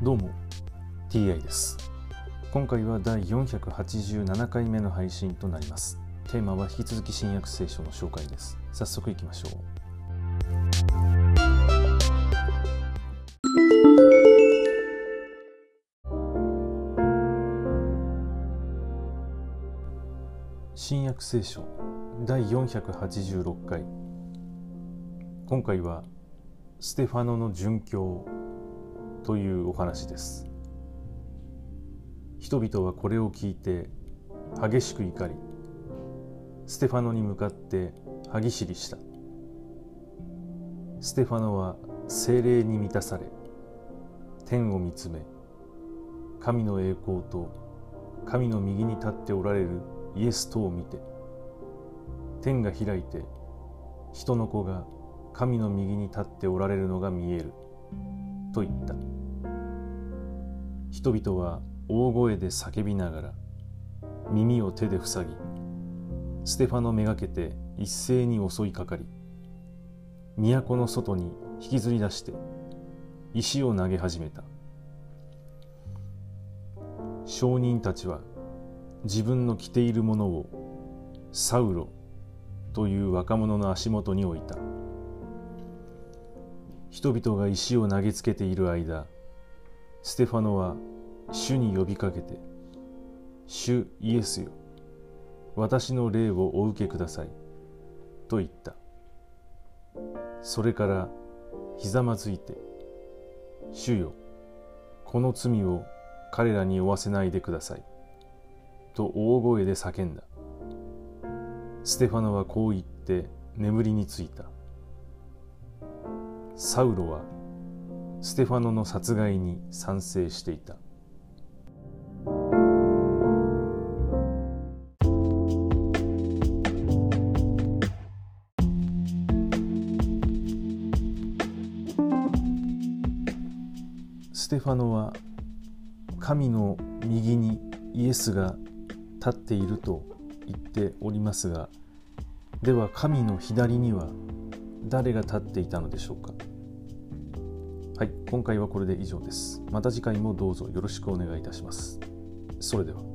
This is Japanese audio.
どうも TI です。今回は第487回目の配信となります。テーマは引き続き新約聖書の紹介です。早速いきましょう。新約聖書第486回。今回はステファノの殉教というお話です。人々はこれを聞いて激しく怒り、ステファノに向かって歯ぎしりした。ステファノは聖霊に満たされ、天を見つめ、神の栄光と神の右に立っておられるイエスとを見て、天が開いて人の子が神の右に立っておられるのが見えると言った。人々は大声で叫びながら耳を手で塞ぎ、ステファノめがけて一斉に襲いかかり、都の外に引きずり出して石を投げ始めた。証人たちは自分の着ているものをサウロという若者の足元に置いた。人々が石を投げつけている間、ステファノは主に呼びかけて、主イエスよ、私の霊をお受けくださいと言った。それからひざまずいて、主よ、この罪を彼らに負わせないでくださいと大声で叫んだ。ステファノはこう言って眠りについた。サウロはステファノの殺害に賛成していた。ステファノは神の右にイエスが立っていると言っておりますが、では神の左には誰が立っていたのでしょうか。はい、今回はこれで以上です。また次回もどうぞよろしくお願いいたします。それでは。